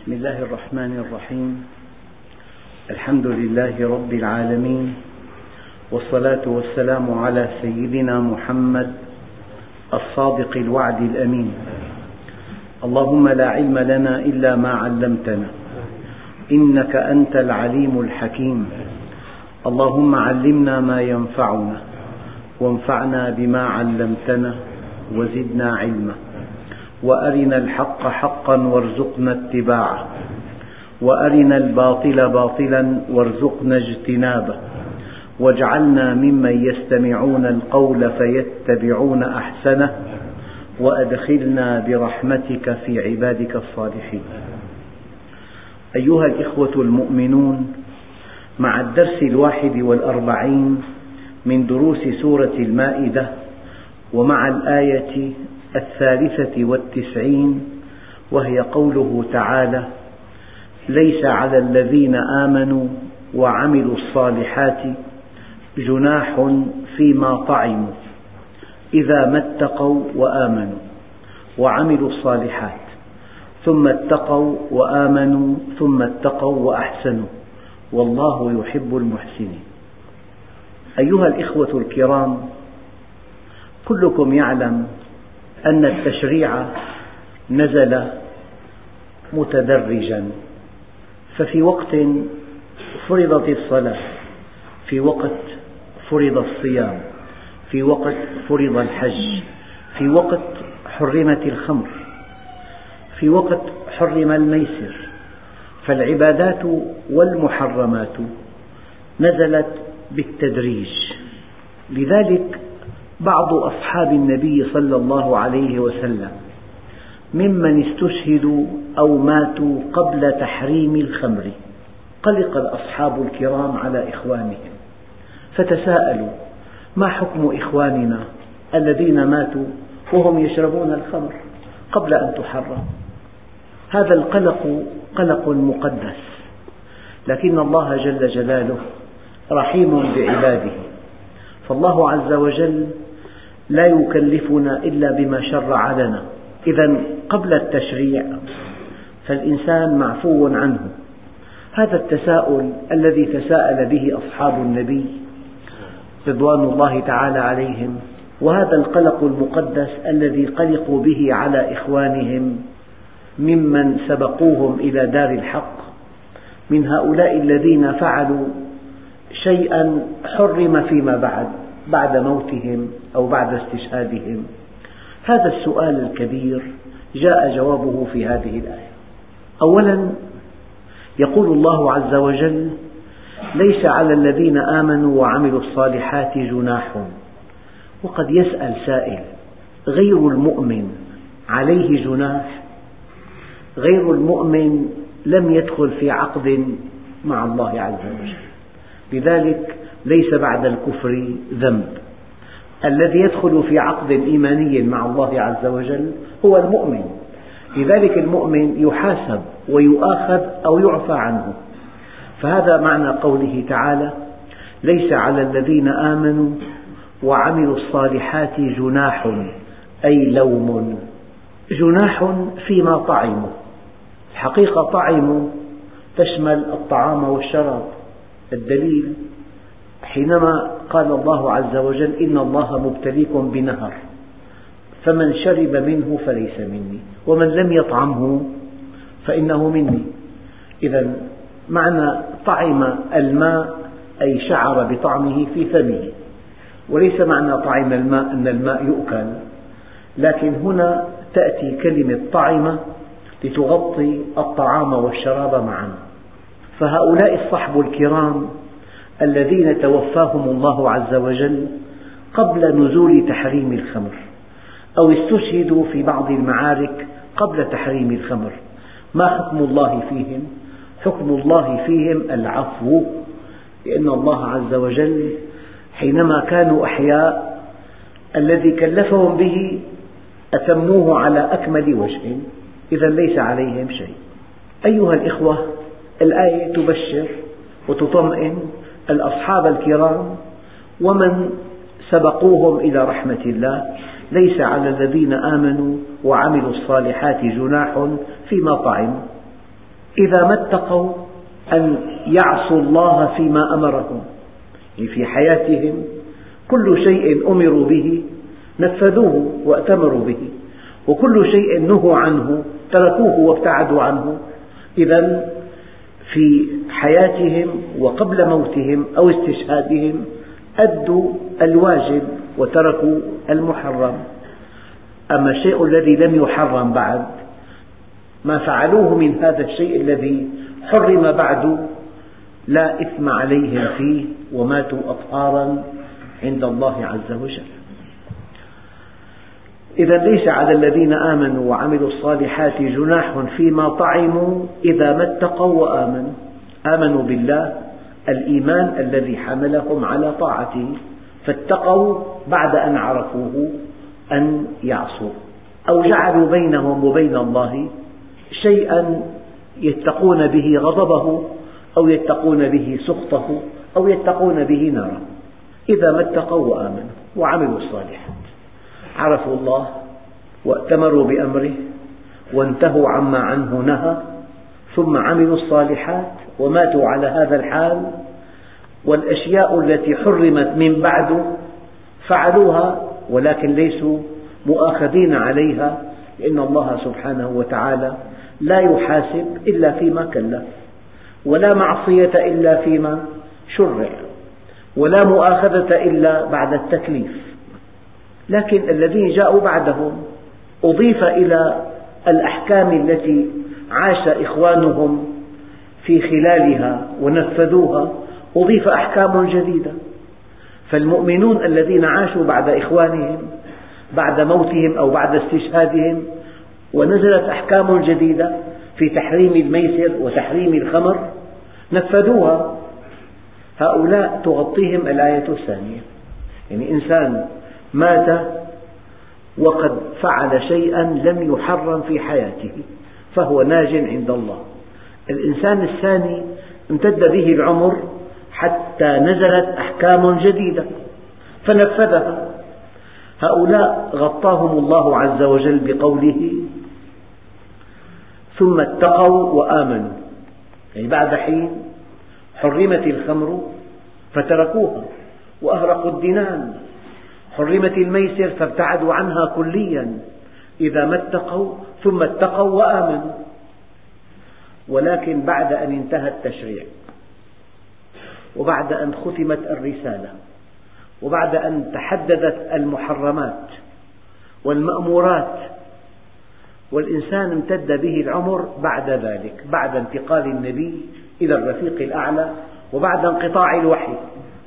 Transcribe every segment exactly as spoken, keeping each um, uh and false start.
بسم الله الرحمن الرحيم. الحمد لله رب العالمين، والصلاة والسلام على سيدنا محمد الصادق الوعد الأمين. اللهم لا علم لنا إلا ما علمتنا، إنك أنت العليم الحكيم. اللهم علمنا ما ينفعنا، وانفعنا بما علمتنا، وزدنا علما. وأرنا الحق حقا وارزقنا اتباعه، وأرنا الباطل باطلا وارزقنا اجتنابه، واجعلنا ممن يستمعون القول فيتبعون أحسنه، وأدخلنا برحمتك في عبادك الصالحين. أيها الإخوة المؤمنون، مع الدرس الواحد والأربعين من دروس سورة المائدة، ومع الآية الثالثة والتسعين، وهي قوله تعالى: ليس على الذين آمنوا وعملوا الصالحات جناح فيما طعموا إذا ما اتقوا وآمنوا وعملوا الصالحات ثم اتقوا وآمنوا ثم اتقوا وأحسنوا والله يحب المحسنين. أيها الإخوة الكرام، كلكم يعلم أن التشريع نزل متدرجا، ففي وقت فرضت الصلاة، في وقت فرض الصيام، في وقت فرض الحج، في وقت حرمت الخمر، في وقت حرم الميسر. فالعبادات والمحرمات نزلت بالتدريج. لذلك بعض أصحاب النبي صلى الله عليه وسلم ممن استشهدوا أو ماتوا قبل تحريم الخمر قلق الأصحاب الكرام على إخوانهم، فتساءلوا: ما حكم إخواننا الذين ماتوا وهم يشربون الخمر قبل أن تحرم؟ هذا القلق قلق مقدس، لكن الله جل جلاله رحيم بعباده، فالله عز وجل لا يكلفنا إلا بما شرع لنا. إذا قبل التشريع فالإنسان معفو عنه. هذا التساؤل الذي تساءل به أصحاب النبي رضوان الله تعالى عليهم، وهذا القلق المقدس الذي قلقوا به على إخوانهم ممن سبقوهم إلى دار الحق، من هؤلاء الذين فعلوا شيئا حرم فيما بعد بعد موتهم أو بعد استشهادهم. هذا السؤال الكبير جاء جوابه في هذه الآية. أولا يقول الله عز وجل: ليس على الذين آمنوا وعملوا الصالحات جناح. وقد يسأل سائل: غير المؤمن عليه جناح؟ غير المؤمن لم يدخل في عقد مع الله عز وجل، لذلك ليس بعد الكفر ذنب. الذي يدخل في عقد إيماني مع الله عز وجل هو المؤمن، لذلك المؤمن يحاسب ويؤاخذ أو يعفى عنه. فهذا معنى قوله تعالى: ليس على الذين آمنوا وعملوا الصالحات جناح، أي لوم. جناح فيما طعموا. الحقيقة طعموا تشمل الطعام والشراب. الدليل حينما قال الله عز وجل: إن الله مبتليكم بنهر فمن شرب منه فليس مني ومن لم يطعمه فإنه مني. إذا معنى طعم الماء أي شعر بطعمه في فمه، وليس معنى طعم الماء أن الماء يؤكل، لكن هنا تأتي كلمة طعم لتغطي الطعام والشراب معا. فهؤلاء الصحب الكرام الذين توفاهم الله عز وجل قبل نزول تحريم الخمر، أو استشهدوا في بعض المعارك قبل تحريم الخمر، ما حكم الله فيهم؟ حكم الله فيهم العفو، لأن الله عز وجل حينما كانوا أحياء الذي كلفهم به أتموه على أكمل وجه، إذا ليس عليهم شيء. أيها الإخوة، الآية تبشر وتطمئن الأصحاب الكرام ومن سبقوهم إلى رحمة الله: ليس على الذين آمنوا وعملوا الصالحات جناح فيما طعموا. إذا ما اتقوا أن يعصوا الله فيما أمرهم، يعني في حياتهم كل شيء أمروا به نفذوه وأتمروا به، وكل شيء نهوا عنه تركوه وابتعدوا عنه. إذا في حياتهم وقبل موتهم أو استشهادهم أدوا الواجب وتركوا المحرم. أما الشيء الذي لم يحرم بعد، ما فعلوه من هذا الشيء الذي حرم بعد، لا إثم عليهم فيه وماتوا أطهارا عند الله عز وجل. إذا ليس على الذين آمنوا وعملوا الصالحات جناح فيما طعموا إذا ما اتقوا وآمنوا. آمنوا بالله الإيمان الذي حملهم على طاعته، فاتقوا بعد أن عرفوه أن يعصوا، أو جعلوا بينهم وبين الله شيئا يتقون به غضبه أو يتقون به سخطه أو يتقون به ناره. إذا ما اتقوا وآمنوا وعملوا الصالحات، عرفوا الله وأتمروا بأمره وانتهوا عما عنه نهى، ثم عملوا الصالحات وماتوا على هذا الحال، والأشياء التي حرمت من بعد فعلوها ولكن ليسوا مؤاخذين عليها، لأن الله سبحانه وتعالى لا يحاسب إلا فيما كلف، ولا معصية إلا فيما شرع، ولا مؤاخذة إلا بعد التكليف. لكن الذين جاءوا بعدهم أضيف إلى الأحكام التي عاش إخوانهم في خلالها ونفذوها أضيف أحكام جديدة. فالمؤمنون الذين عاشوا بعد إخوانهم بعد موتهم أو بعد استشهادهم ونزلت أحكام جديدة في تحريم الميسر وتحريم الخمر نفذوها، هؤلاء تغطيهم الآية الثانية. يعني إنسان مات وقد فعل شيئا لم يحرم في حياته فهو ناج عند الله. الإنسان الثاني امتد به العمر حتى نزلت أحكام جديدة فنفذها، هؤلاء غطاهم الله عز وجل بقوله ثم اتقوا وآمنوا. يعني بعد حين حرمت الخمر فتركوها وأهرقوا الدنان، حرمت الميسر فابتعدوا عنها كليا. إذا ما اتقوا ثم اتقوا وآمنوا. ولكن بعد أن انتهى التشريع، وبعد أن ختمت الرسالة، وبعد أن تحددت المحرمات والمأمورات، والإنسان امتد به العمر بعد ذلك، بعد انتقال النبي إلى الرفيق الأعلى وبعد انقطاع الوحي،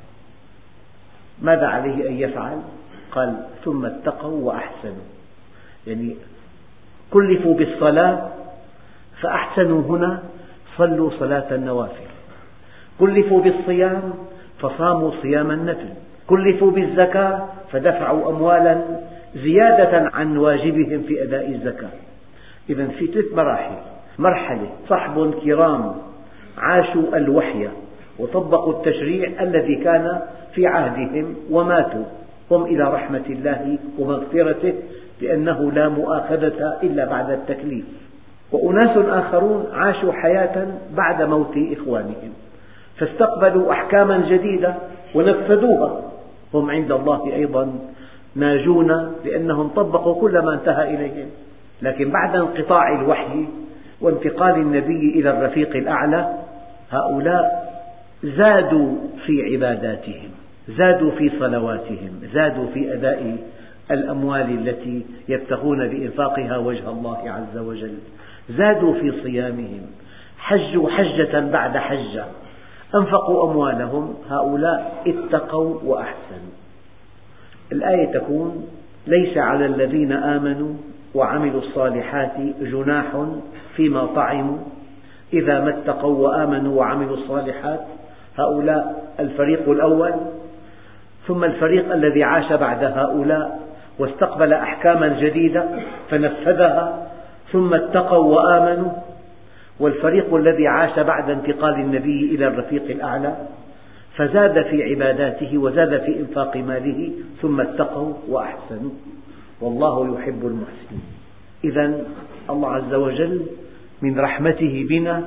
ماذا عليه أن يفعل؟ قال ثم اتقوا وأحسنوا. يعني كلفوا بالصلاة فأحسنوا هنا، صلوا صلاة النوافل. كلفوا بالصيام فصاموا صيام النفل. كلفوا بالزكاة فدفعوا أموالا زيادة عن واجبهم في أداء الزكاة. إذن في ثلاث مراحل: مرحلة صحب كرام عاشوا الوحي وطبقوا التشريع الذي كان في عهدهم وماتوا، هم إلى رحمة الله ومغفرته لأنه لا مؤاخذة إلا بعد التكليف. وأناس آخرون عاشوا حياة بعد موت إخوانهم فاستقبلوا أحكاما جديدة ونفذوها، هم عند الله أيضا ناجون لأنهم طبقوا كل ما انتهى إليهم. لكن بعد انقطاع الوحي وانتقال النبي إلى الرفيق الأعلى، هؤلاء زادوا في عباداتهم، زادوا في صلواتهم، زادوا في أداء الأموال التي يبتغون بإنفاقها وجه الله عز وجل، زادوا في صيامهم، حجوا حجة بعد حجة، أنفقوا أموالهم. هؤلاء اتقوا وأحسنوا. الآية تكون ليس على الذين آمنوا وعملوا الصالحات جناح فيما طعموا إذا ما اتقوا وآمنوا وعملوا الصالحات. هؤلاء الفريق الأول. ثم الفريق الذي عاش بعد هؤلاء واستقبل أحكاما جديدة فنفذها ثم اتقوا وآمنوا. والفريق الذي عاش بعد انتقال النبي إلى الرفيق الأعلى فزاد في عباداته وزاد في إنفاق ماله ثم اتقوا وأحسنوا، والله يحب المحسنين. إذن الله عز وجل من رحمته بنا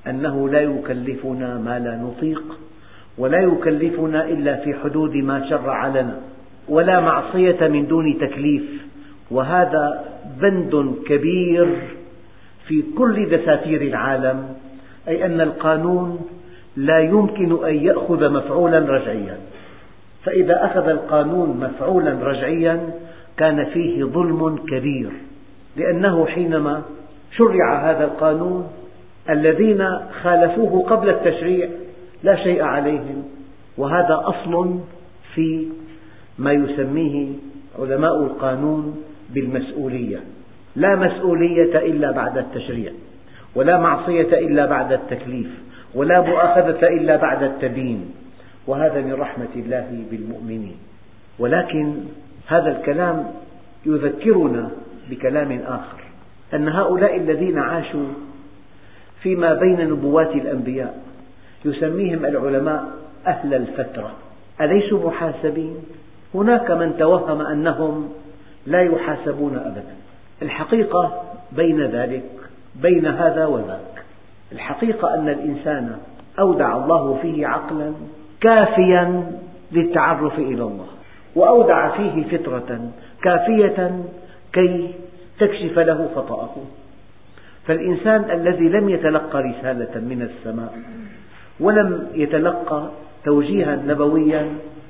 أنه لا يكلفنا ما لا نطيق، ولا يكلفنا إلا في حدود ما شرع لنا، ولا معصية من دون تكليف. وهذا بند كبير في كل دساتير العالم، أي أن القانون لا يمكن أن يأخذ مفعولا رجعيا، فإذا أخذ القانون مفعولا رجعيا كان فيه ظلم كبير، لأنه حينما شرع هذا القانون الذين خالفوه قبل التشريع لا شيء عليهم، وهذا أصل في ما يسميه علماء القانون بالمسؤولية. لا مسؤولية إلا بعد التشريع، ولا معصية إلا بعد التكليف، ولا مؤاخذة إلا بعد التبيين، وهذا من رحمة الله بالمؤمنين. ولكن هذا الكلام يذكرنا بكلام آخر، أن هؤلاء الذين عاشوا فيما بين نبوات الأنبياء يسميهم العلماء أهل الفترة، أليسوا محاسبين؟ هناك من توهم أنهم لا يحاسبون أبدا. الحقيقة بين ذلك، بين هذا وذاك، الحقيقة أن الإنسان أودع الله فيه عقلا كافيا للتعرف إلى الله، وأودع فيه فطرة كافية كي تكشف له خطأه. فالإنسان الذي لم يتلقى رسالة من السماء ولم يتلقى توجيها نبويا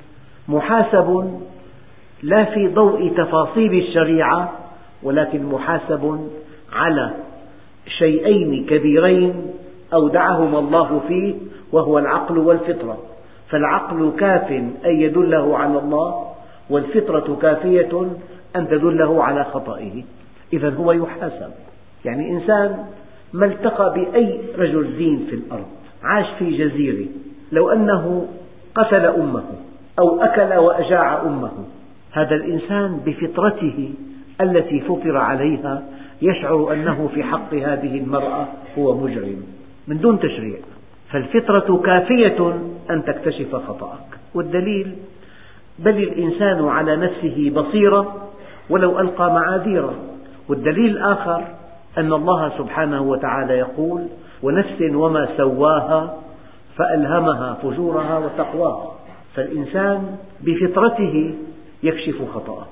محاسب لا في ضوء تفاصيل الشريعة، ولكن محاسب على شيئين كبيرين أودعهما الله فيه، وهو العقل والفطرة. فالعقل كاف أن يدله على الله، والفطرة كافية أن تدله على خطئه، إذا هو يحاسب. يعني إنسان ما التقى بأي رجل دين في الأرض، عاش في جزيرة، لو أنه قتل أمه أو أكل وأجاع أمه، هذا الإنسان بفطرته التي فطر عليها يشعر أنه في حق هذه المرأة هو مجرم من دون تشريع. فالفطرة كافية أن تكتشف خطأك، والدليل بل الإنسان على نفسه بصيرة ولو ألقى معاذيره. والدليل الآخر أن الله سبحانه وتعالى يقول: ونفس وما سواها فألهمها فجورها وتقواها. فالإنسان بفطرته يكشف خطأه،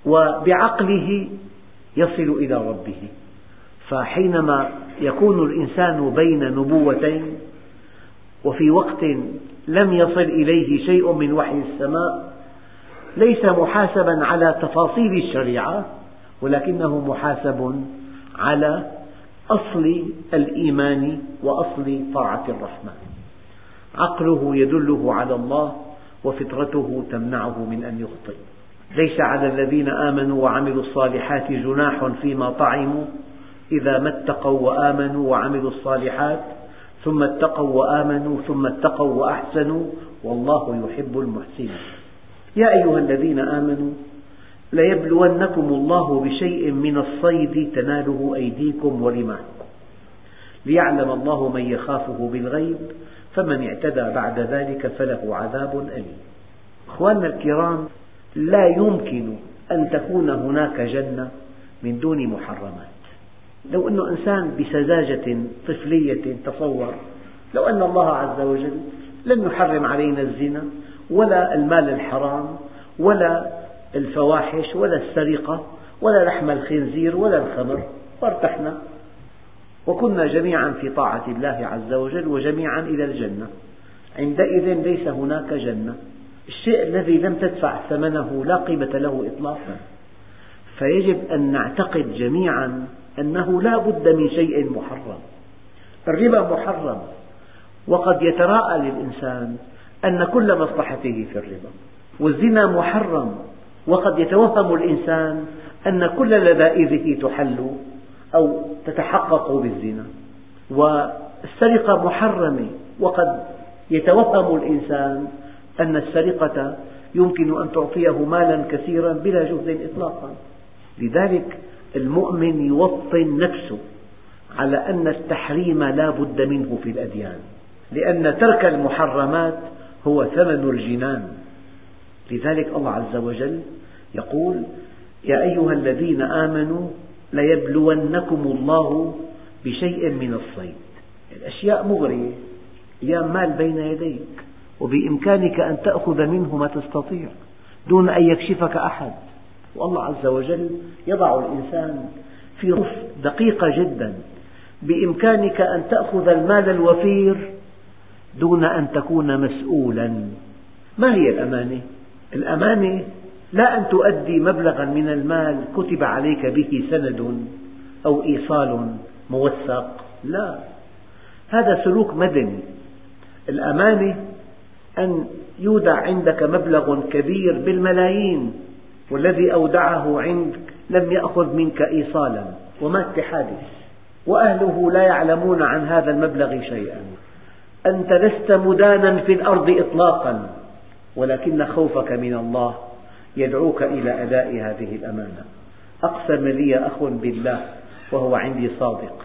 وبعقله يصل إلى ربه. فحينما يكون الإنسان بين نبوتين وفي وقت لم يصل إليه شيء من وحي السماء، ليس محاسبا على تفاصيل الشريعة، ولكنه محاسب على أصل الإيمان وأصل طاعة الرحمن. عقله يدله على الله، وفطرته تمنعه من أن يخطئ. ليس على الذين آمنوا وعملوا الصالحات جناح فيما طعموا إذا ما اتقوا وآمنوا وعملوا الصالحات ثم اتقوا وآمنوا ثم اتقوا وأحسنوا والله يحب المحسنين. يا أيها الذين آمنوا ليبلونكم الله بشيء من الصيد تناله أيديكم ورماحكم ليعلم الله من يخافه بالغيب فمن اعتدى بعد ذلك فله عذاب أليم. أخواننا الكرام، لا يمكن أن تكون هناك جنة من دون محرمات. لو أن إنسان بسذاجة طفلية تصور لو أن الله عز وجل لم يحرم علينا الزنا ولا المال الحرام ولا الفواحش ولا السرقة ولا لحم الخنزير ولا الخمر وارتحنا وكنا جميعا في طاعة الله عز وجل وجميعا إلى الجنة، عندئذ ليس هناك جنة. الشيء الذي لم تدفع ثمنه لا قيمة له إطلاقا. فيجب أن نعتقد جميعا أنه لا بد من شيء محرم. الربا محرم، وقد يتراءى للإنسان أن كل مصلحته في الربا. والزنا محرم، وقد يتوهم الإنسان أن كل لذائذه تحل أو تتحقق بالزنا. والسرقة محرمة، وقد يتوهم الإنسان أن السرقة يمكن أن تعطيه مالا كثيرا بلا جهد إطلاقا. لذلك المؤمن يوطن نفسه على أن التحريم لا بد منه في الأديان، لأن ترك المحرمات هو ثمن الجنان. لذلك الله عز وجل يقول: يا أيها الذين آمنوا ليبلونكم الله بشيء من الصيد. أشياء مغرية، أيام مال بين يديك وبإمكانك أن تأخذ منه ما تستطيع دون أن يكشفك أحد. والله عز وجل يضع الإنسان في ظروف دقيقة جدا، بإمكانك أن تأخذ المال الوفير دون أن تكون مسؤولا. ما هي الأمانة؟ الأمانة لا أن تؤدي مبلغا من المال كتب عليك به سند أو إيصال موثق، لا، هذا سلوك مدني. الأمانة أن يودع عندك مبلغ كبير بالملايين والذي أودعه عندك لم يأخذ منك إيصالا ومات بحادث وأهله لا يعلمون عن هذا المبلغ شيئا. أنت لست مدانا في الأرض إطلاقا، ولكن خوفك من الله يدعوك إلى أداء هذه الأمانة. أقسم لي أخ بالله وهو عندي صادق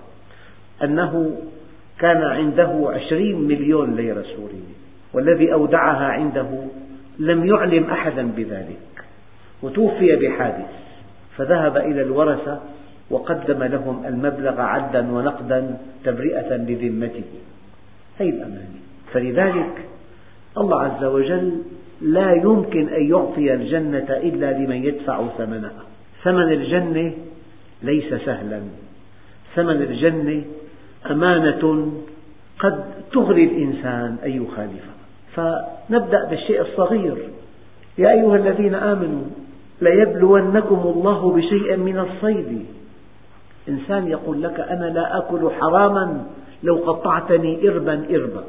أنه كان عنده عشرين مليون ليرة سورية، والذي أودعها عنده لم يعلم أحدا بذلك، وتوفي بحادث، فذهب إلى الورثة وقدم لهم المبلغ عدا ونقدا تبرئة لذمته. هذه الأمانة. فلذلك الله عز وجل لا يمكن أن يعطي الجنة إلا لمن يدفع ثمنها. ثمن الجنة ليس سهلا، ثمن الجنة أمانة قد تغري الإنسان أن يخالفها. فنبدأ بالشيء الصغير. يا أيها الذين آمنوا ليبلونكم الله بشيء من الصيد. إنسان يقول لك أنا لا آكل حراما لو قطعتني إربا إربا،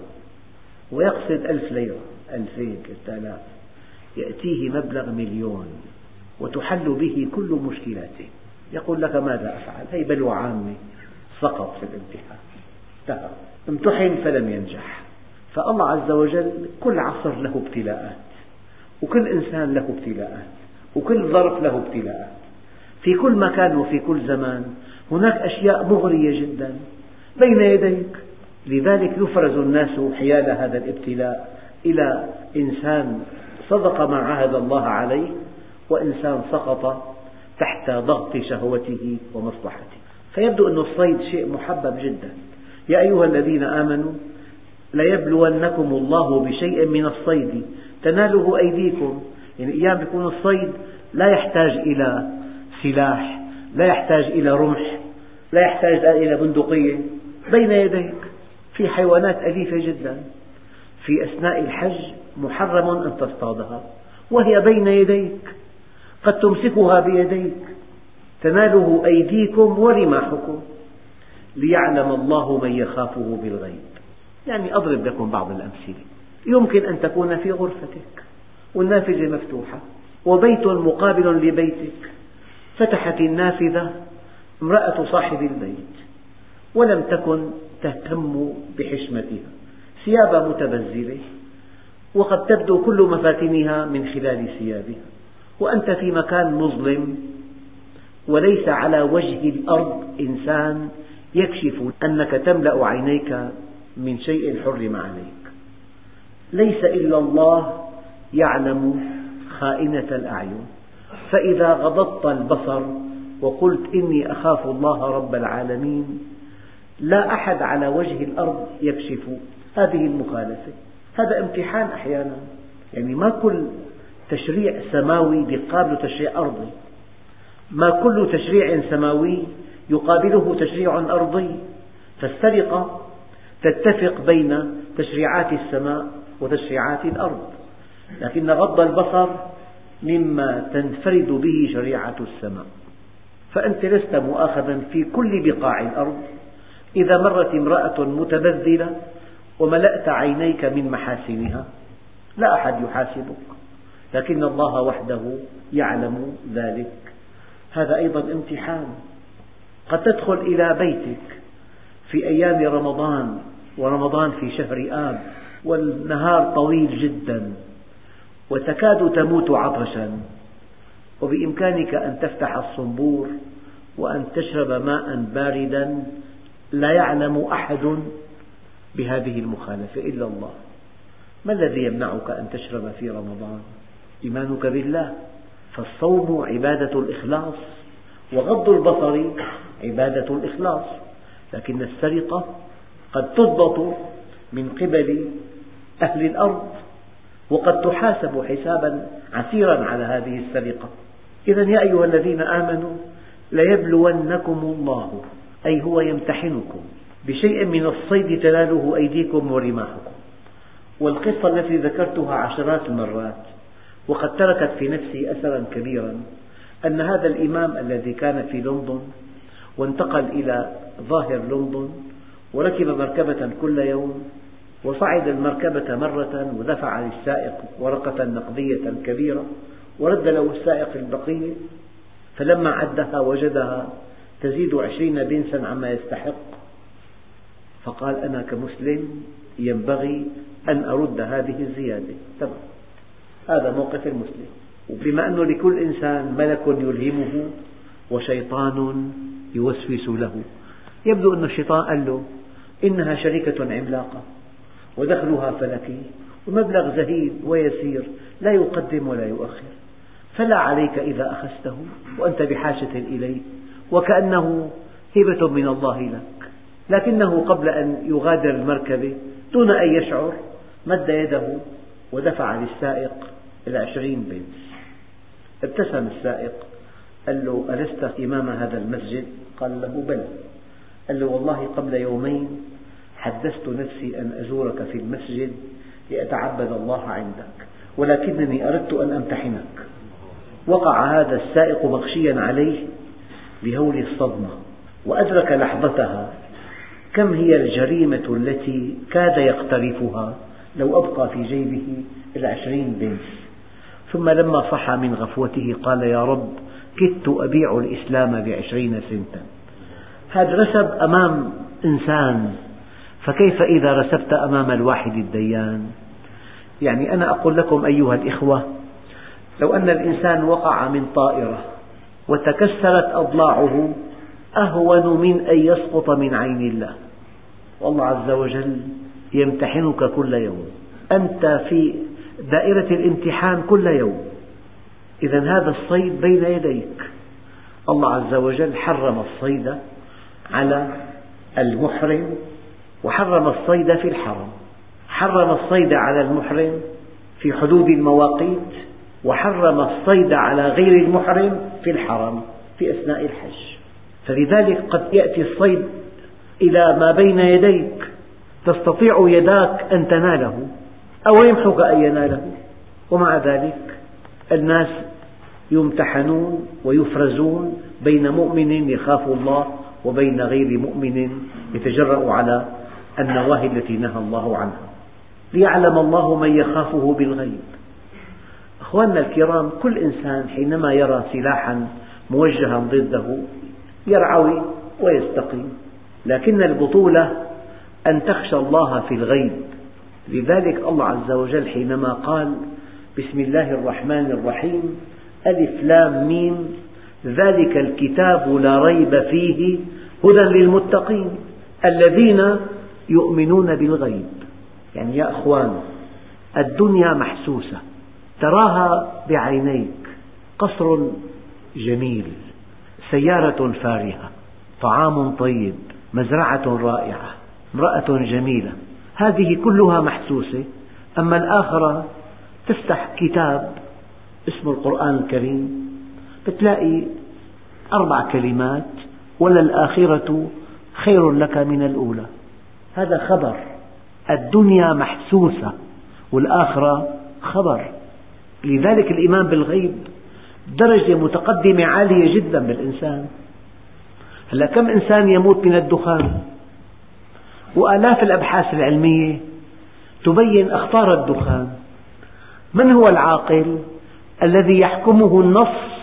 ويقصد ألف ليرة، ألفين، ثلاثة آلاف، يأتيه مبلغ مليون وتحل به كل مشكلاته. يقول لك ماذا أفعل؟ هي بلوى عامة، سقط في الامتحان، انتهى، امتحن فلم ينجح. فالله عز وجل كل عصر له ابتلاءات، وكل إنسان له ابتلاءات، وكل ظرف له ابتلاءات. في كل مكان وفي كل زمان هناك أشياء مغرية جدا بين يديك. لذلك يفرز الناس حيال هذا الابتلاء إلى إنسان صدق ما عاهد الله عليه، وإنسان سقط تحت ضغط شهوته ومصلحته. فيبدو أن الصيد شيء محبب جدا. يا أيها الذين آمنوا ليبلونكم الله بشيء من الصيد تناله أيديكم. يعني أيام يكون الصيد لا يحتاج إلى سلاح، لا يحتاج إلى رمح، لا يحتاج إلى بندقية، بين يديك. في حيوانات أليفة جدا في أثناء الحج محرم أن تصطادها وهي بين يديك، قد تمسكها بيديك. تناله أيديكم ورماحكم ليعلم الله من يخافه بالغيب. يعني أضرب لكم بعض الأمثلة. يمكن أن تكون في غرفتك والنافذة مفتوحة وبيت مقابل لبيتك، فتحت النافذة امرأة صاحب البيت ولم تكن تهتم بحشمتها، ثيابها متبذلة وقد تبدو كل مفاتنها من خلال ثيابها، وأنت في مكان مظلم وليس على وجه الأرض إنسان يكشف أنك تملأ عينيك من شيء حرم عليك. ليس إلا الله يعلم خائنة الأعين. فإذا غضضت البصر وقلت إني أخاف الله رب العالمين، لا أحد على وجه الأرض يكشف هذه المخالفة. هذا امتحان أحيانا. يعني ما كل تشريع سماوي يقابل تشريع أرضي، ما كل تشريع سماوي يقابله تشريع أرضي. فالسرقة تتفق بين تشريعات السماء وتشريعات الأرض، لكن غض البصر مما تنفرد به شريعة السماء. فأنت لست مؤاخذا في كل بقاع الأرض. إذا مرت امرأة متبذلة وملأت عينيك من محاسنها لا أحد يحاسبك، لكن الله وحده يعلم ذلك. هذا أيضا امتحان. قد تدخل إلى بيتك في أيام رمضان، ورمضان في شهر آب والنهار طويل جدا وتكاد تموت عطشا، وبإمكانك أن تفتح الصنبور وأن تشرب ماء باردا. لا يعلم أحد بهذه المخالفة إلا الله. ما الذي يمنعك أن تشرب في رمضان؟ إيمانك بالله. فالصوم عبادة الإخلاص، وغض البصر عبادة الإخلاص. لكن السرقة قد تضبط من قبل أهل الأرض، وقد تحاسب حسابا عسيرا على هذه السرقة. إذن يا أيها الذين آمنوا ليبلونكم الله، أي هو يمتحنكم بشيء من الصيد تناله أيديكم ورماحكم. والقصة التي ذكرتها عشرات المرات وقد تركت في نفسي أثرا كبيرا، أن هذا الإمام الذي كان في لندن وانتقل إلى ظاهر لندن وركب مركبة كل يوم، وصعد المركبة مرة ودفع للسائق ورقة نقدية كبيرة ورد له السائق البقية، فلما عدها وجدها تزيد عشرين بنسا عما يستحق، فقال أنا كمسلم ينبغي أن أرد هذه الزيادة. طبعا هذا موقف المسلم. وبما أنه لكل إنسان ملك يلهمه وشيطان يوسوس له، يبدو أن الشيطان قال له إنها شركة عملاقة ودخلها فلكي ومبلغ زهيد ويسير لا يقدم ولا يؤخر، فلا عليك إذا أخذته وأنت بحاجة إليه، وكأنه هبة من الله لك. لكنه قبل أن يغادر المركبة دون أن يشعر مد يده ودفع للسائق العشرين بنس. ابتسم السائق، قال له ألست إمام هذا المسجد؟ قال له بلى. قال له والله قبل يومين حدثت نفسي أن أزورك في المسجد لأتعبد الله عندك، ولكنني أردت أن أمتحنك. وقع هذا السائق مغشيا عليه بهول الصدمة، وأدرك لحظتها كم هي الجريمة التي كاد يقترفها لو أبقى في جيبه العشرين بنس. ثم لما صحى من غفوته قال يا رب كدت أبيع الإسلام بعشرين سنتا. هذا رسب أمام إنسان، فكيف إذا رسبت أمام الواحد الديان؟ يعني أنا أقول لكم أيها الإخوة، لو أن الإنسان وقع من طائرة وتكسرت أضلاعه أهون من أن يسقط من عين الله. والله عز وجل يمتحنك كل يوم، أنت في دائرة الامتحان كل يوم. إذن هذا الصيد بين يديك. الله عز وجل حرم الصيد على المحرم وحرم الصيد في الحرم، حرم الصيد على المحرم في حدود المواقيت، وحرم الصيد على غير المحرم في الحرم في أثناء الحج. فلذلك قد يأتي الصيد إلى ما بين يديك، تستطيع يداك أن تناله أو يمحك أن يناله، ومع ذلك الناس يمتحنون ويفرزون بين مؤمن يخاف الله وبين غير مؤمن يتجرأ على النواهي التي نهى الله عنها، ليعلم الله من يخافه بالغيب. أخواننا الكرام، كل إنسان حينما يرى سلاحا موجها ضده يرعوي ويستقيم، لكن البطولة أن تخشى الله في الغيب. لذلك الله عز وجل حينما قال بسم الله الرحمن الرحيم ألف لام ميم ذلك الكتاب لا ريب فيه هدى للمتقين الذين يؤمنون بالغيب. يعني يا أخوان، الدنيا محسوسة، تراها بعينيك، قصر جميل، سيارة فارهة، طعام طيب، مزرعة رائعة، امرأة جميلة، هذه كلها محسوسة. أما الآخرة تفتح كتاب اسمه القرآن الكريم بتلاقي أربع كلمات وللآخرة خير لك من الأولى. هذا خبر. الدنيا محسوسة والآخرة خبر. لذلك الإيمان بالغيب درجة متقدمة عالية جدا بالإنسان. هلا كم إنسان يموت من الدخان، وآلاف الأبحاث العلمية تبين أخطار الدخان. من هو العاقل الذي يحكمه النص؟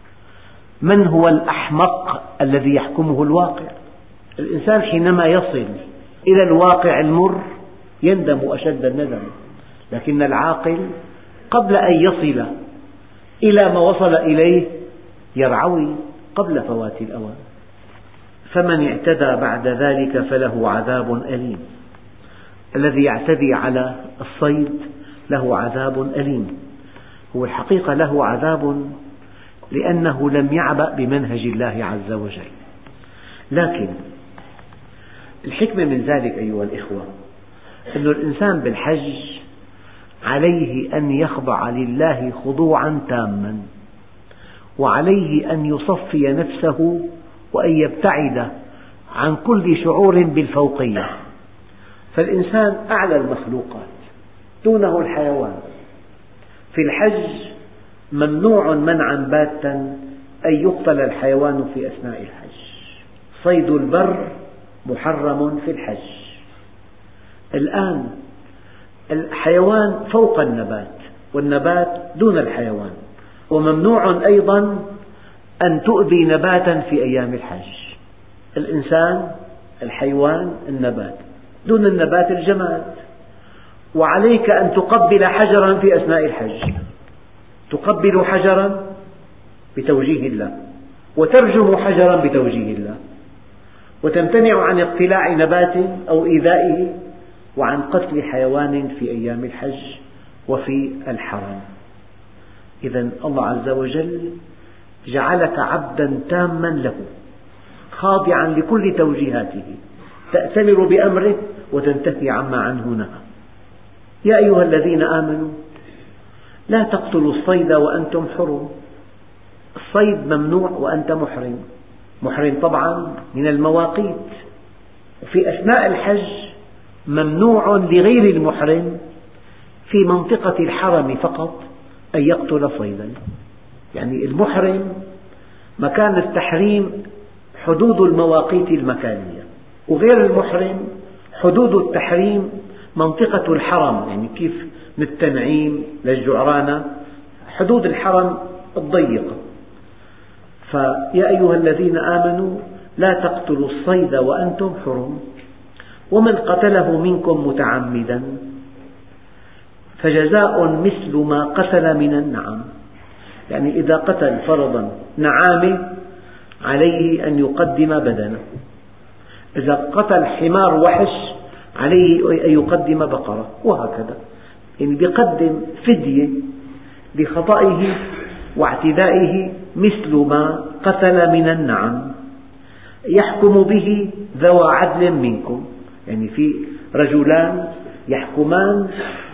من هو الأحمق الذي يحكمه الواقع؟ الإنسان حينما يصل إلى الواقع المر يندم أشد الندم، لكن العاقل قبل أن يصل إلى ما وصل إليه يرعوي قبل فوات الأوان. فمن اعتدى بعد ذلك فله عذاب أليم. الذي يعتدي على الصيد له عذاب أليم. هو الحقيقة له عذاب لأنه لم يعبأ بمنهج الله عز وجل. لكن الحكمة من ذلك أيها الإخوة أن الإنسان بالحج عليه أن يخضع لله خضوعا تاما، وعليه أن يصفي نفسه وأن يبتعد عن كل شعور بالفوقية. فالإنسان أعلى المخلوقات، دونه الحيوان. في الحج ممنوع منعا باتا أن يقتل الحيوان في أثناء الحج. صيد البر محرم في الحج. الآن الحيوان فوق النبات والنبات دون الحيوان، وممنوع أيضا أن تؤذي نباتا في أيام الحج. الإنسان، الحيوان، النبات، دون النبات الجماد. وعليك أن تقبل حجرا في أثناء الحج، تقبل حجرا بتوجيه الله، وترجم حجرا بتوجيه الله، وتمتنع عن اقتلاع نبات أو إيذائه، وعن قتل حيوان في أيام الحج وفي الحرم. إذن الله عز وجل جعلك عبدا تاما له، خاضعا لكل توجيهاته، تأتمر بأمره وتنتهي عما عنه نهى. يا أيها الذين آمنوا لا تقتلوا الصيد وأنتم حرم. الصيد ممنوع وأنت محرم، محرم طبعا من المواقيت. في أثناء الحج ممنوع لغير المحرم في منطقة الحرم فقط أن يقتل صيدا. يعني المحرم مكان التحريم حدود المواقيت المكانية، وغير المحرم حدود التحريم منطقة الحرم، يعني كيف من التنعيم للجعرانة حدود الحرم الضيقة. فيا أيها الذين آمنوا لا تقتلوا الصيد وأنتم حرم، ومن قتله منكم متعمدا فجزاء مثل ما قتل من النعم. يعني إذا قتل فرضا نعامة عليه أن يقدم بدنه، إذا قتل حمار وحش عليه أن يقدم بقرة، وهكذا. يعني يقدم فدية لخطئه واعتدائه مثل ما قتل من النعم، يحكم به ذوى عدل منكم. يعني في رجلان يحكمان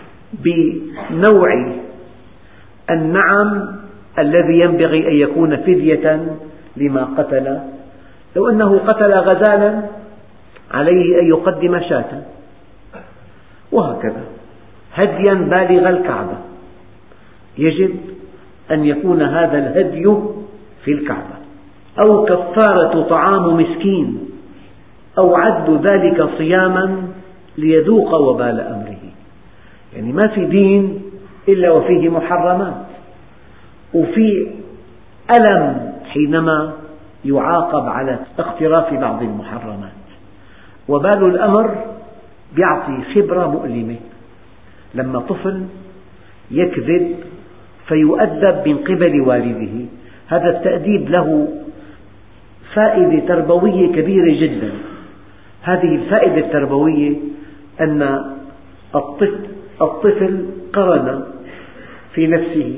بنوع النعم الذي ينبغي أن يكون فدية لما قتل. لو أنه قتل غزالا عليه أن يقدم شاة، وهكذا. هديا بالغ الكعبة، يجب أن يكون هذا الهدي في الكعبة، أو كفارة طعام مسكين، أو عد ذلك صياما ليذوق وبال أمره. يعني ما في دين إلا وفيه محرمات، وفي ألم حينما يعاقب على اقتراف بعض المحرمات. وبال الأمر يعطي خبرة مؤلمة. لما طفل يكذب فيؤدب من قبل والده، هذا التأديب له فائدة تربوية كبيرة جدا. هذه الفائدة التربوية أن الطفل قرن في نفسه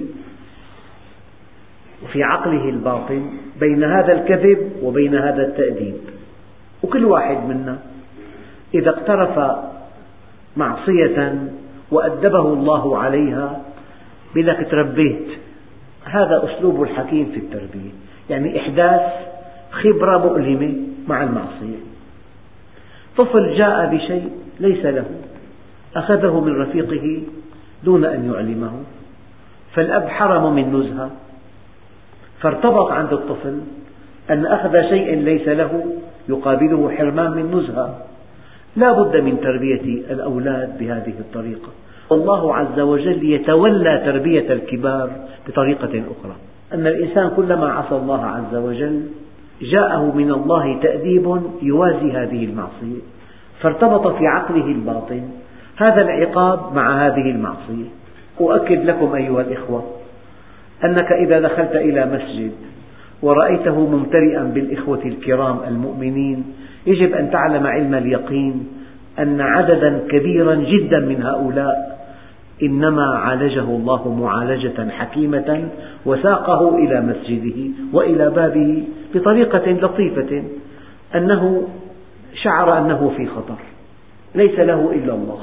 وفي عقله الباطن بين هذا الكذب وبين هذا التأديب. وكل واحد منا إذا اقترف معصية وأدبه الله عليها بيقول لك تربيت. هذا أسلوب الحكيم في التربية، يعني إحداث خبرة مؤلمة مع المعصية. طفل جاء بشيء ليس له، أخذه من رفيقه دون أن يعلمه، فالأب حرم من نزهة، فارتبط عند الطفل أن أخذ شيء ليس له يقابله حرمان من نزهة. لا بد من تربية الأولاد بهذه الطريقة، والله عز وجل يتولى تربية الكبار بطريقة أخرى. أن الإنسان كلما عصى الله عز وجل جاءه من الله تأديب يوازي هذه المعصية، فارتبط في عقله الباطن هذا العقاب مع هذه المعصية. أؤكد لكم أيها الإخوة أنك إذا دخلت إلى مسجد ورأيته ممتلئا بالإخوة الكرام المؤمنين، يجب أن تعلم علم اليقين أن عددا كبيرا جدا من هؤلاء إنما عالجه الله معالجة حكيمة وساقه إلى مسجده وإلى بابه بطريقة لطيفة، أنه شعر أنه في خطر، ليس له إلا الله،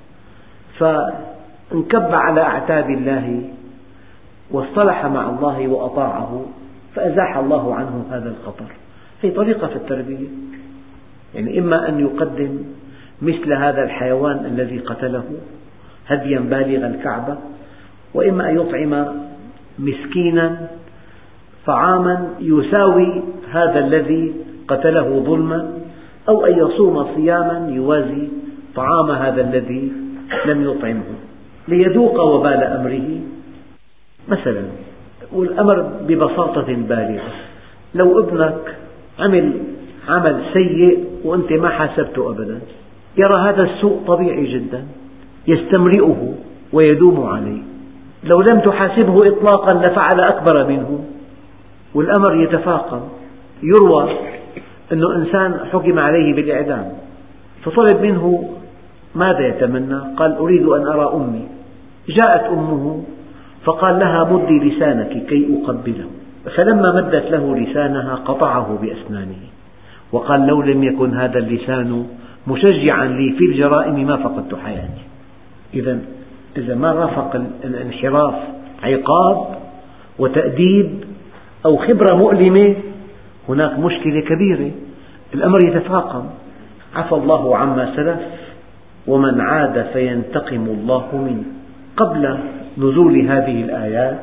فانكب على أعتاب الله واصطلح مع الله وأطاعه فأزاح الله عنه هذا الخطر. هي طريقة في التربية، يعني إما أن يقدم مثل هذا الحيوان الذي قتله هديا بالغ الكعبة، وإما أن يطعم مسكينا طعاما يساوي هذا الذي قتله ظلما، أو أن يصوم صياما يوازي طعام هذا الذي لم يطعمه ليذوق وبال أمره مثلا. والأمر ببساطة بالغة، لو ابنك عمل عمل سيء وأنت ما حاسبته أبدا، يرى هذا السوء طبيعي جدا يستمرئه ويدوم عليه، لو لم تحاسبه إطلاقا لفعل أكبر منه، والأمر يتفاقم. يروى أن إنسان حكم عليه بالإعدام فطلب منه ماذا يتمنى؟ قال أريد أن أرى أمي. جاءت أمه فقال لها مدي لسانك كي أقبله، فلما مدت له لسانها قطعه بأسنانه وقال لو لم يكن هذا اللسان مشجعا لي في الجرائم ما فقدت حياتي. إذا إذا ما رافق الانحراف عقاب وتأديب أو خبرة مؤلمة هناك مشكلة كبيرة، الأمر يتفاقم. عفى الله عما سلف ومن عاد فينتقم الله منه. قبل نزول هذه الآيات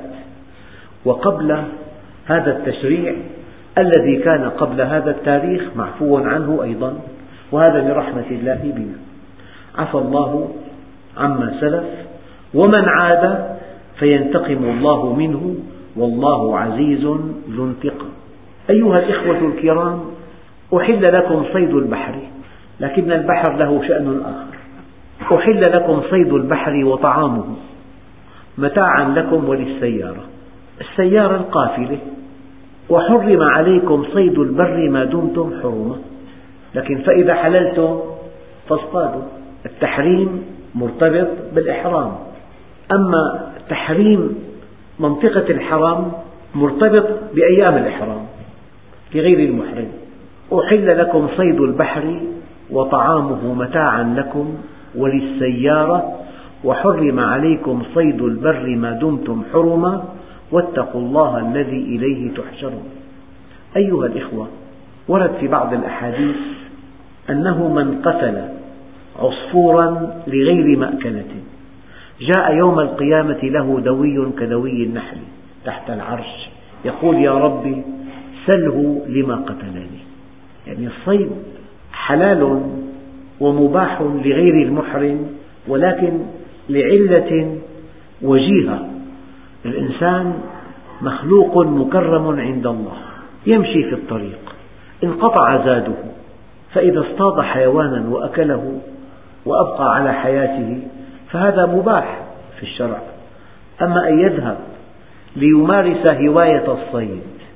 وقبل هذا التشريع الذي كان قبل هذا التاريخ معفو عنه أيضا، وهذا لرحمة الله بنا. عفى الله عما سلف ومن عاد فينتقم الله منه والله عزيز ذو انتقام. أيها الإخوة الكرام، أحل لكم صيد البحر، لكن البحر له شأن آخر. أحل لكم صيد البحر وطعامه متاعا لكم وللسيارة، السيارة القافلة. وحرم عليكم صيد البر ما دمتم حرما، لكن فإذا حللتم فاصطادوا. التحريم مرتبط بالإحرام، أما تحريم منطقة الحرام مرتبط بأيام الإحرام لغير المحرم. أحل لكم صيد البحر وطعامه متاعا لكم وللسيارة وحرم عليكم صيد البر ما دمتم حرما واتقوا الله الذي إليه تحشرون. أيها الإخوة، ورد في بعض الأحاديث أنه من قتل عصفورا لغير مأكلة جاء يوم القيامة له دوي كدوي النحل تحت العرش يقول يا ربي سله لما قتلني. يعني الصيد حلال ومباح لغير المحرم، ولكن لعلة وجيهة. الإنسان مخلوق مكرم عند الله، يمشي في الطريق انقطع زاده، فإذا اصطاد حيوانا وأكله وأبقى على حياته فهذا مباح في الشرع. أما أن يذهب ليمارس هواية الصيد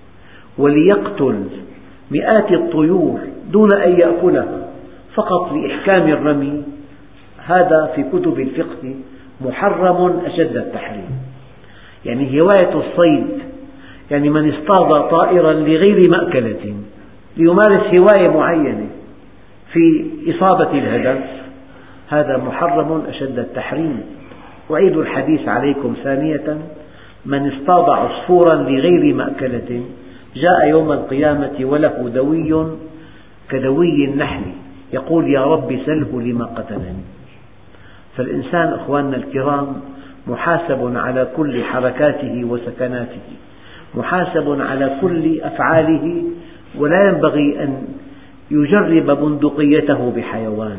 وليقتل مئات الطيور دون أن يأكلها فقط لإحكام الرمي، هذا في كتب الفقه محرم أشد التحريم. يعني هواية الصيد يعني من اصطاد طائرا لغير مأكلة ليمارس هواية معينة في إصابة الهدف، هذا محرم أشد التحريم. أعيد الحديث عليكم ثانية: من اصطاد عصفورا لغير مأكلة جاء يوم القيامة وله دوي كدوي النحل يقول يا رب سله لما قتلني. فالإنسان أخواننا الكرام محاسب على كل حركاته وسكناته، محاسب على كل أفعاله، ولا ينبغي أن يجرب بندقيته بحيوان،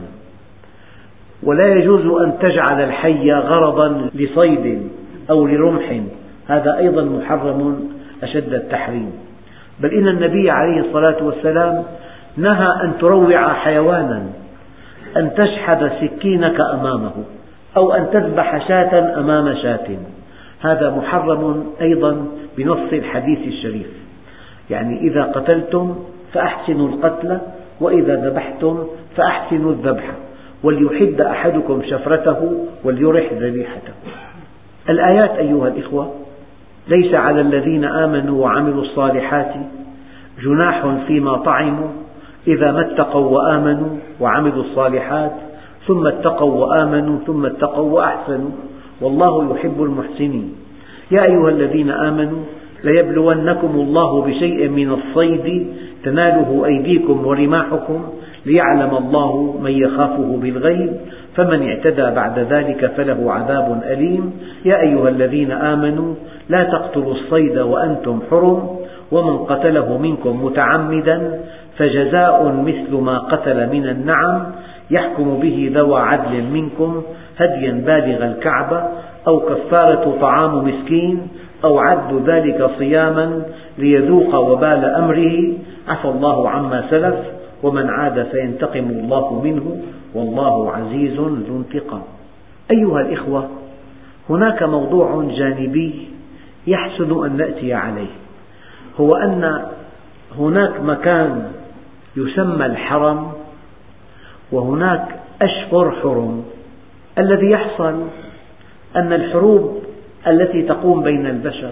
ولا يجوز أن تجعل الحي غرضا لصيد أو لرمح، هذا أيضا محرم أشد التحريم. بل إن النبي عليه الصلاة والسلام نهى أن تروع حيوانا، أن تشحذ سكينك أمامه أو أن تذبح شاة أمام شاة، هذا محرم أيضا بنص الحديث الشريف. يعني إذا قتلتم فأحسنوا القتل وإذا ذبحتم فأحسنوا الذبح وليحد أحدكم شفرته وليرح ذبيحته. الآيات أيها الإخوة ليس على الذين آمنوا وعملوا الصالحات جناح فيما طعموا إذا ما اتقوا وآمنوا وعملوا الصالحات ثم اتقوا وآمنوا ثم اتقوا وأحسنوا والله يحب المحسنين. يا أيها الذين آمنوا ليبلونكم الله بشيء من الصيد تناله أيديكم ورماحكم ليعلم الله من يخافه بالغيب فمن اعتدى بعد ذلك فله عذاب أليم. يا أيها الذين آمنوا لا تقتلوا الصيد وأنتم حرم ومن قتله منكم متعمدا فجزاء مثل ما قتل من النعم يحكم به ذوى عدل منكم هديا بالغ الكعبة أو كفارة طعام مسكين أو عد ذلك صياما ليذوق وبال أمره عفى الله عما سلف ومن عاد فينتقم الله منه والله عزيز ذو انتقام. أيها الإخوة، هناك موضوع جانبي يحسن أن نأتي عليه، هو أن هناك مكان يسمى الحرم وهناك أشهر حرم. الذي يحصل أن الحروب التي تقوم بين البشر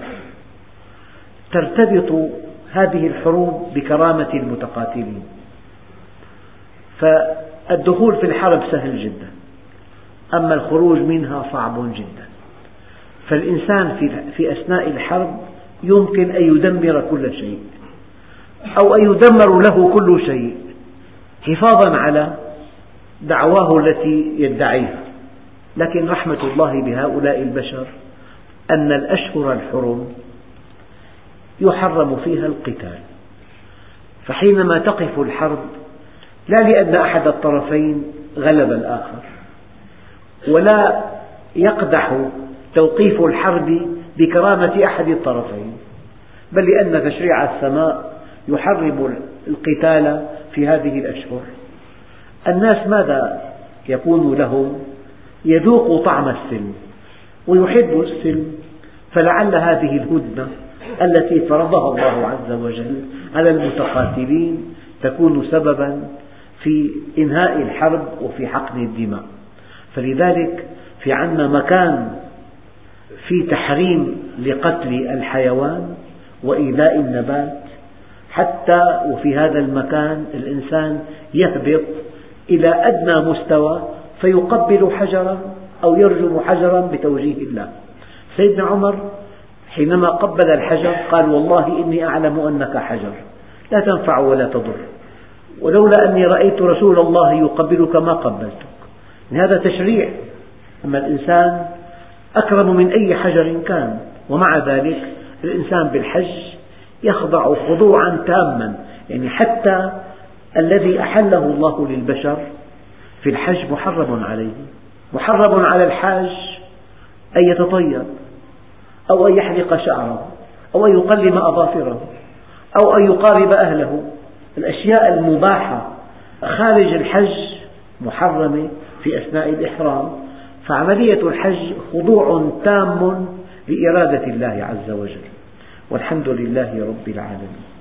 ترتبط هذه الحروب بكرامة المتقاتلين، فالدخول في الحرب سهل جدا، أما الخروج منها صعب جدا. فالإنسان في أثناء الحرب يمكن أن يدمر كل شيء أو أن يدمر له كل شيء حفاظا على دعواه التي يدعيها. لكن رحمة الله بهؤلاء البشر أن الأشهر الحرم يحرم فيها القتال، فحينما تقف الحرب لا لأن أحد الطرفين غلب الآخر، ولا يقدح توقيف الحرب بكرامة أحد الطرفين، بل لأن تشريع السماء يحرم القتال في هذه الأشهر. الناس ماذا يكون لهم؟ يذوقوا طعم السلم ويحبوا السلم، فلعل هذه الهدنة التي فرضها الله عز وجل على المتقاتلين تكون سببا في إنهاء الحرب وفي حقن الدماء. فلذلك في عندنا مكان في تحريم لقتل الحيوان وإيذاء النبات، حتى وفي هذا المكان الإنسان يهبط إلى أدنى مستوى فيقبل حجرا أو يرجم حجرا بتوجيه الله. سيدنا عمر حينما قبل الحجر قال والله إني أعلم أنك حجر لا تنفع ولا تضر، ولولا أني رأيت رسول الله يقبلك ما قبلتك. هذا تشريع، أما الإنسان أكرم من أي حجر كان، ومع ذلك الإنسان بالحج يخضع خضوعا تاما، يعني حتى الذي أحله الله للبشر في الحج محرم عليه. محرم على الحاج أن يتطيب أو أن يحلق شعره أو أن يقلم أظافره أو أن يقارب أهله. الأشياء المباحة خارج الحج محرمة في أثناء الإحرام. فعملية الحج خضوع تام لإرادة الله عز وجل، والحمد لله رب العالمين.